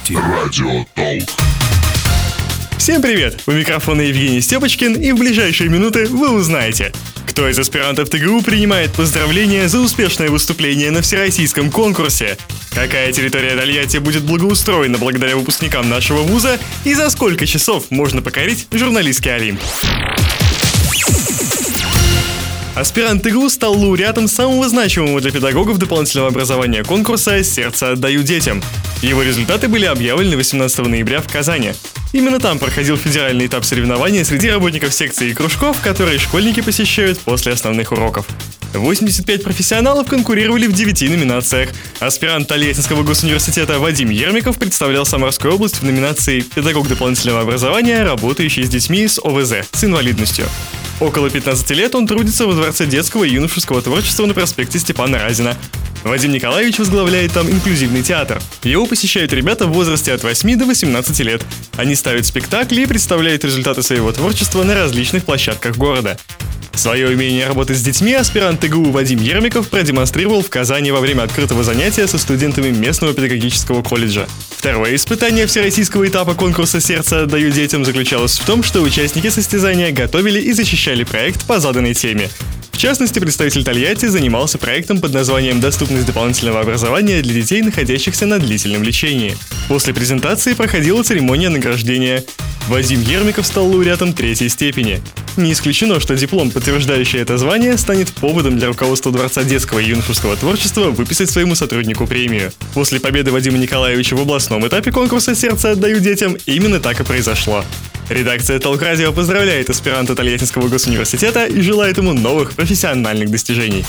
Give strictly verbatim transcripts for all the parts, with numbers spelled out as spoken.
Радио Толк. Всем привет! У микрофона Евгений Степочкин, и в ближайшие минуты вы узнаете, кто из аспирантов ТГУ принимает поздравления за успешное выступление на всероссийском конкурсе, какая территория Тольятти будет благоустроена благодаря выпускникам нашего вуза и за сколько часов можно покорить журналистский Олимп. Аспирант ТГУ стал лауреатом самого значимого для педагогов дополнительного образования конкурса «Сердце отдаю детям». Его результаты были объявлены восемнадцатого ноября в Казани. Именно там проходил федеральный этап соревнования среди работников секций и кружков, которые школьники посещают после основных уроков. восемьдесят пять профессионалов конкурировали в девяти номинациях. Аспирант Тольяттинского госуниверситета Вадим Ермиков представлял Самарскую область в номинации «Педагог дополнительного образования, работающий с детьми с ОВЗ, с инвалидностью». Около пятнадцати лет он трудится во Дворце детского и юношеского творчества на проспекте Степана Разина. Вадим Николаевич возглавляет там инклюзивный театр. Его посещают ребята в возрасте от восьми до восемнадцати лет. Они ставят спектакли и представляют результаты своего творчества на различных площадках города. Свое умение работать с детьми аспирант ТГУ Вадим Ермиков продемонстрировал в Казани во время открытого занятия со студентами местного педагогического колледжа. Второе испытание всероссийского этапа конкурса «Сердце отдаю детям» заключалось в том, что участники состязания готовили и защищали проект по заданной теме. В частности, представитель Тольятти занимался проектом под названием «Доступность дополнительного образования для детей, находящихся на длительном лечении». После презентации проходила церемония награждения. Вадим Ермиков стал лауреатом третьей степени. Не исключено, что диплом, подтверждающий это звание, станет поводом для руководства Дворца детского и юношеского творчества выписать своему сотруднику премию. После победы Вадима Николаевича в областном этапе конкурса «Сердце отдаю детям» именно так и произошло. Редакция Толк Радио поздравляет аспиранта Тольяттинского госуниверситета и желает ему новых профессиональных достижений.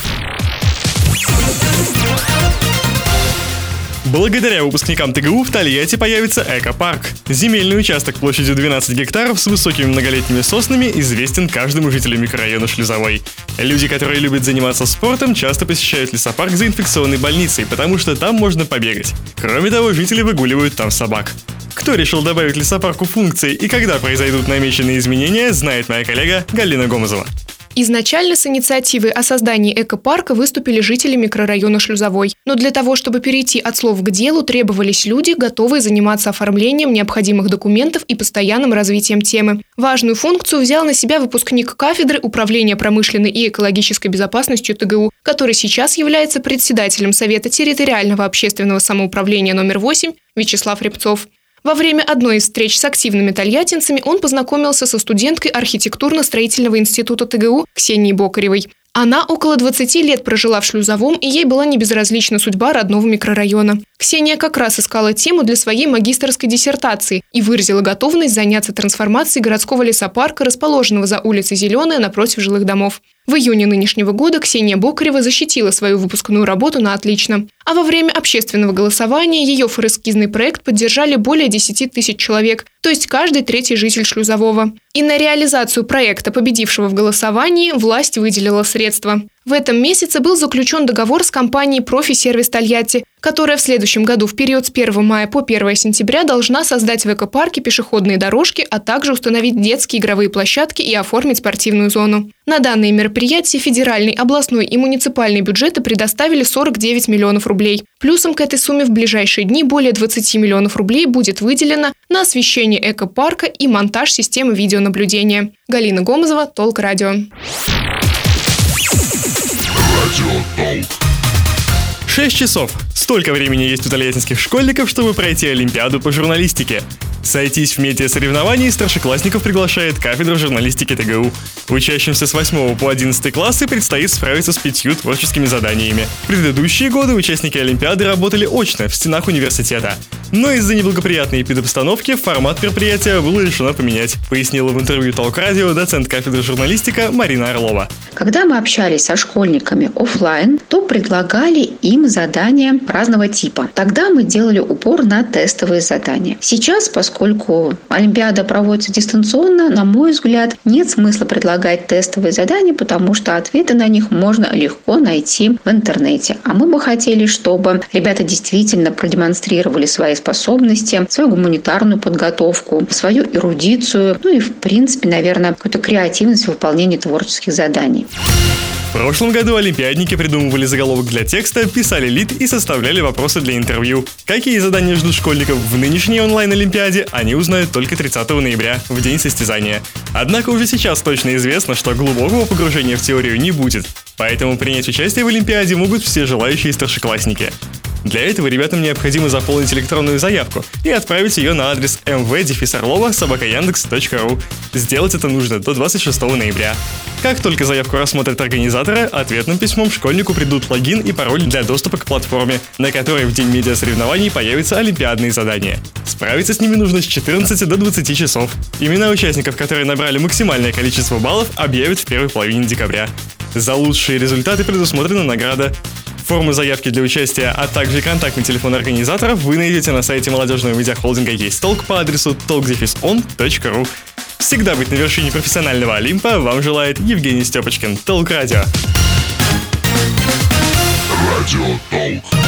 Благодаря выпускникам ТГУ в Тольятти появится экопарк. Земельный участок площадью двенадцать гектаров с высокими многолетними соснами известен каждому жителю микрорайона Шлюзовой. Люди, которые любят заниматься спортом, часто посещают лесопарк за инфекционной больницей, потому что там можно побегать. Кроме того, жители выгуливают там собак. Кто решил добавить лесопарку функции и когда произойдут намеченные изменения, знает моя коллега Галина Гомозова. Изначально с инициативой о создании экопарка выступили жители микрорайона Шлюзовой. Но для того, чтобы перейти от слов к делу, требовались люди, готовые заниматься оформлением необходимых документов и постоянным развитием темы. Важную функцию взял на себя выпускник кафедры управления промышленной и экологической безопасностью ТГУ, который сейчас является председателем Совета территориального общественного самоуправления номер восемь Вячеслав Рябцов. Во время одной из встреч с активными тольяттинцами он познакомился со студенткой архитектурно-строительного института ТГУ Ксенией Бокаревой. Она около двадцати лет прожила в Шлюзовом, и ей была небезразлична судьба родного микрорайона. Ксения как раз искала тему для своей магистерской диссертации и выразила готовность заняться трансформацией городского лесопарка, расположенного за улицей Зеленая напротив жилых домов. В июне нынешнего года Ксения Бокарева защитила свою выпускную работу на отлично. А во время общественного голосования ее форескизный проект поддержали более десяти тысяч человек, то есть каждый третий житель Шлюзового. И на реализацию проекта, победившего в голосовании, власть выделила средства. В этом месяце был заключен договор с компанией «Профи-сервис Тольятти», которая в следующем году в период с первого мая по первое сентября должна создать в экопарке пешеходные дорожки, а также установить детские игровые площадки и оформить спортивную зону. На данные мероприятия федеральный, областной и муниципальный бюджеты предоставили сорок девять миллионов рублей. Плюсом к этой сумме в ближайшие дни более двадцати миллионов рублей будет выделено на освещение экопарка и монтаж системы видеонаблюдения. Галина Гомозова, Толк Радио. шесть часов. Столько времени есть у тольяттинских школьников, чтобы пройти Олимпиаду по журналистике. Сойтись в метеосоревновании старшеклассников приглашает кафедра журналистики ТГУ. Учащимся с восьмого по одиннадцатый классы предстоит справиться с пятью творческими заданиями. В предыдущие годы участники Олимпиады работали очно в стенах университета. Но из-за неблагоприятной эпидобстановки формат мероприятия было решено поменять, пояснила в интервью Толк Радио доцент кафедры журналистика Марина Орлова. Когда мы общались со школьниками офлайн, то предлагали им задания разного типа. Тогда мы делали упор на тестовые задания. Сейчас, поскольку Олимпиада проводится дистанционно, на мой взгляд, нет смысла предлагать тестовые задания, потому что ответы на них можно легко найти в интернете. А мы бы хотели, чтобы ребята действительно продемонстрировали свои свои способности, свою гуманитарную подготовку, свою эрудицию, ну и, в принципе, наверное, какую-то креативность в выполнении творческих заданий. В прошлом году олимпиадники придумывали заголовок для текста, писали лид и составляли вопросы для интервью. Какие задания ждут школьников в нынешней онлайн-олимпиаде, они узнают только тридцатого ноября, в день состязания. Однако уже сейчас точно известно, что глубокого погружения в теорию не будет, поэтому принять участие в олимпиаде могут все желающие старшеклассники. Для этого ребятам необходимо заполнить электронную заявку и отправить ее на адрес эм вэ дефис орлова собака яндекс точка ру. Сделать это нужно до двадцать шестого ноября. Как только заявку рассмотрят организаторы, ответным письмом школьнику придут логин и пароль для доступа к платформе, на которой в день медиасоревнований появятся олимпиадные задания. Справиться с ними нужно с четырнадцати до двадцати часов. Имена участников, которые набрали максимальное количество баллов, объявят в первой половине декабря. За лучшие результаты предусмотрена награда. Форму заявки для участия, а также контактный телефон организаторов вы найдете на сайте молодежного медиахолдинга «Есть толк» по адресу толк дефис он точка ру. Всегда быть на вершине профессионального Олимпа вам желает Евгений Степочкин. Толк Радио. Радио Толк.